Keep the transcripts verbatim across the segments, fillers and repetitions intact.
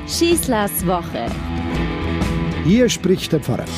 Schießlers Woche. Hier spricht der Pfarrer.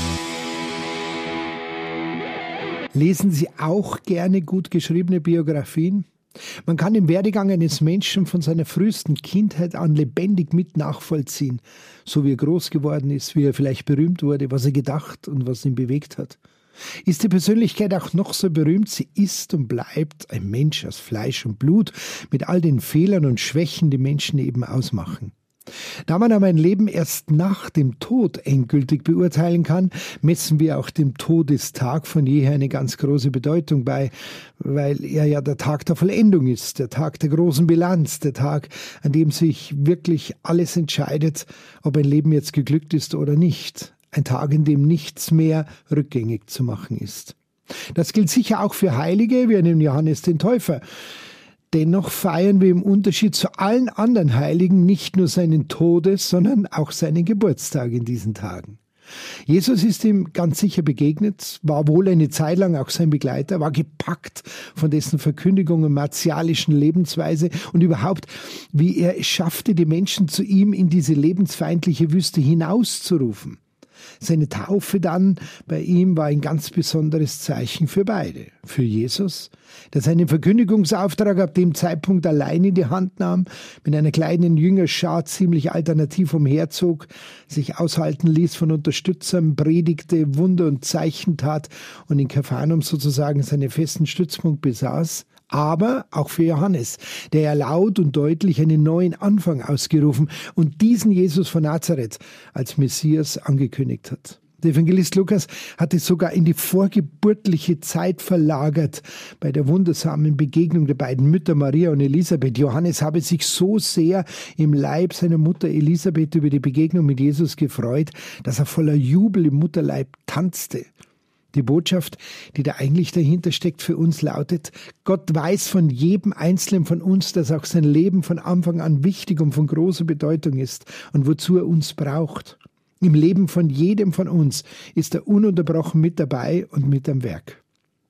Lesen Sie auch gerne gut geschriebene Biografien? Man kann den Werdegang eines Menschen von seiner frühesten Kindheit an lebendig mit nachvollziehen, so wie er groß geworden ist, wie er vielleicht berühmt wurde, was er gedacht und was ihn bewegt hat. Ist die Persönlichkeit auch noch so berühmt, sie ist und bleibt ein Mensch aus Fleisch und Blut mit all den Fehlern und Schwächen, die Menschen eben ausmachen. Da man aber ein Leben erst nach dem Tod endgültig beurteilen kann, messen wir auch dem Todestag von jeher eine ganz große Bedeutung bei, weil er ja der Tag der Vollendung ist, der Tag der großen Bilanz, der Tag, an dem sich wirklich alles entscheidet, ob ein Leben jetzt geglückt ist oder nicht. Ein Tag, in dem nichts mehr rückgängig zu machen ist. Das gilt sicher auch für Heilige, wie einen Johannes den Täufer. Dennoch feiern wir im Unterschied zu allen anderen Heiligen nicht nur seinen Todes, sondern auch seinen Geburtstag in diesen Tagen. Jesus ist ihm ganz sicher begegnet, war wohl eine Zeit lang auch sein Begleiter, war gepackt von dessen Verkündigung und martialischen Lebensweise und überhaupt, wie er es schaffte, die Menschen zu ihm in diese lebensfeindliche Wüste hinauszurufen. Seine Taufe dann bei ihm war ein ganz besonderes Zeichen für beide. Für Jesus, der seinen Verkündigungsauftrag ab dem Zeitpunkt allein in die Hand nahm, mit einer kleinen Jüngerschar ziemlich alternativ umherzog, sich aushalten ließ von Unterstützern, predigte, Wunder und Zeichen tat und in Kapharnaum sozusagen seinen festen Stützpunkt besaß. Aber auch für Johannes, der ja laut und deutlich einen neuen Anfang ausgerufen und diesen Jesus von Nazareth als Messias angekündigt hat. Der Evangelist Lukas hat es sogar in die vorgeburtliche Zeit verlagert, bei der wundersamen Begegnung der beiden Mütter Maria und Elisabeth. Johannes habe sich so sehr im Leib seiner Mutter Elisabeth über die Begegnung mit Jesus gefreut, dass er voller Jubel im Mutterleib tanzte. Die Botschaft, die da eigentlich dahinter steckt für uns, lautet: Gott weiß von jedem Einzelnen von uns, dass auch sein Leben von Anfang an wichtig und von großer Bedeutung ist und wozu er uns braucht. Im Leben von jedem von uns ist er ununterbrochen mit dabei und mit am Werk.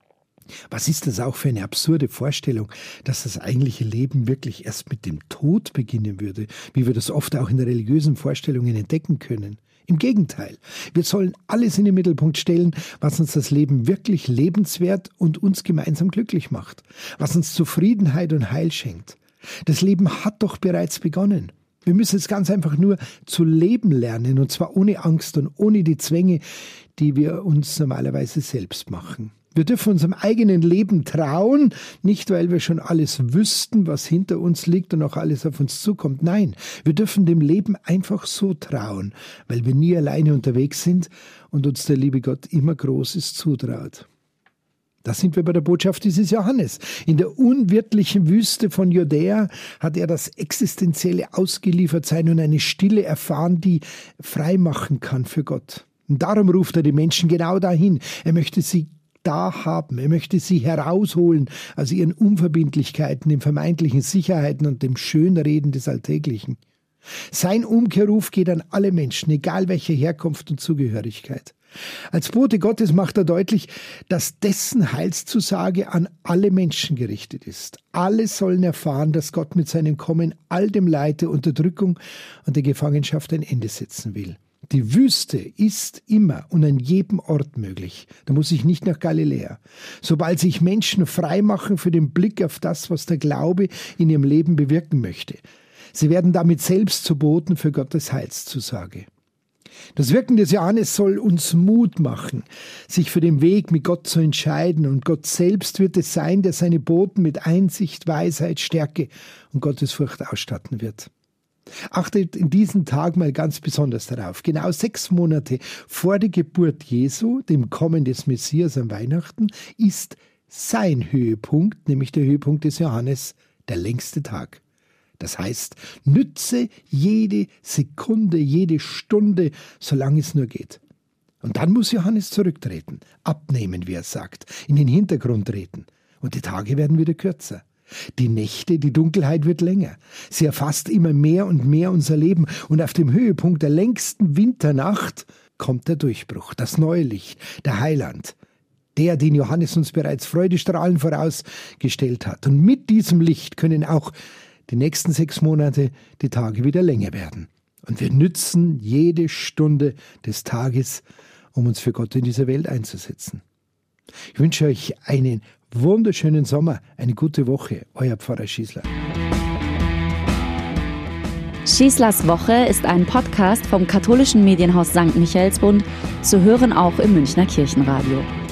Was ist das auch für eine absurde Vorstellung, dass das eigentliche Leben wirklich erst mit dem Tod beginnen würde, wie wir das oft auch in religiösen Vorstellungen entdecken können? Im Gegenteil, wir sollen alles in den Mittelpunkt stellen, was uns das Leben wirklich lebenswert und uns gemeinsam glücklich macht, was uns Zufriedenheit und Heil schenkt. Das Leben hat doch bereits begonnen. Wir müssen es ganz einfach nur zu leben lernen, und zwar ohne Angst und ohne die Zwänge, die wir uns normalerweise selbst machen. Wir dürfen unserem eigenen Leben trauen, nicht weil wir schon alles wüssten, was hinter uns liegt und auch alles auf uns zukommt. Nein, wir dürfen dem Leben einfach so trauen, weil wir nie alleine unterwegs sind und uns der liebe Gott immer Großes zutraut. Da sind wir bei der Botschaft dieses Johannes. In der unwirtlichen Wüste von Judäa hat er das existenzielle Ausgeliefertsein und eine Stille erfahren, die frei machen kann für Gott. Und darum ruft er die Menschen genau dahin. Er möchte sie da haben. Er möchte sie herausholen aus ihren Unverbindlichkeiten, den vermeintlichen Sicherheiten und dem Schönreden des Alltäglichen. Sein Umkehrruf geht an alle Menschen, egal welche Herkunft und Zugehörigkeit. Als Bote Gottes macht er deutlich, dass dessen Heilszusage an alle Menschen gerichtet ist. Alle sollen erfahren, dass Gott mit seinem Kommen all dem Leid, der Unterdrückung und der Gefangenschaft ein Ende setzen will. Die Wüste ist immer und an jedem Ort möglich. Da muss ich nicht nach Galiläa. Sobald sich Menschen frei machen für den Blick auf das, was der Glaube in ihrem Leben bewirken möchte. Sie werden damit selbst zu Boten für Gottes Heilszusage. Das Wirken des Johannes soll uns Mut machen, sich für den Weg mit Gott zu entscheiden. Und Gott selbst wird es sein, der seine Boten mit Einsicht, Weisheit, Stärke und Gottesfurcht ausstatten wird. Achtet in diesen Tagen mal ganz besonders darauf. Genau sechs Monate vor der Geburt Jesu, dem Kommen des Messias an Weihnachten, ist sein Höhepunkt, nämlich der Höhepunkt des Johannes, der längste Tag. Das heißt, nütze jede Sekunde, jede Stunde, solange es nur geht. Und dann muss Johannes zurücktreten, abnehmen, wie er sagt, in den Hintergrund treten. Und die Tage werden wieder kürzer. Die Nächte, die Dunkelheit wird länger. Sie erfasst immer mehr und mehr unser Leben. Und auf dem Höhepunkt der längsten Winternacht kommt der Durchbruch, das neue Licht, der Heiland. Der, den Johannes uns bereits freudestrahlend vorausgestellt hat. Und mit diesem Licht können auch die nächsten sechs Monate die Tage wieder länger werden. Und wir nützen jede Stunde des Tages, um uns für Gott in dieser Welt einzusetzen. Ich wünsche euch einen wunderschönen Sommer, eine gute Woche. Euer Pfarrer Schießler. Schießlers Woche ist ein Podcast vom katholischen Medienhaus Sankt Michaelsbund, zu hören auch im Münchner Kirchenradio.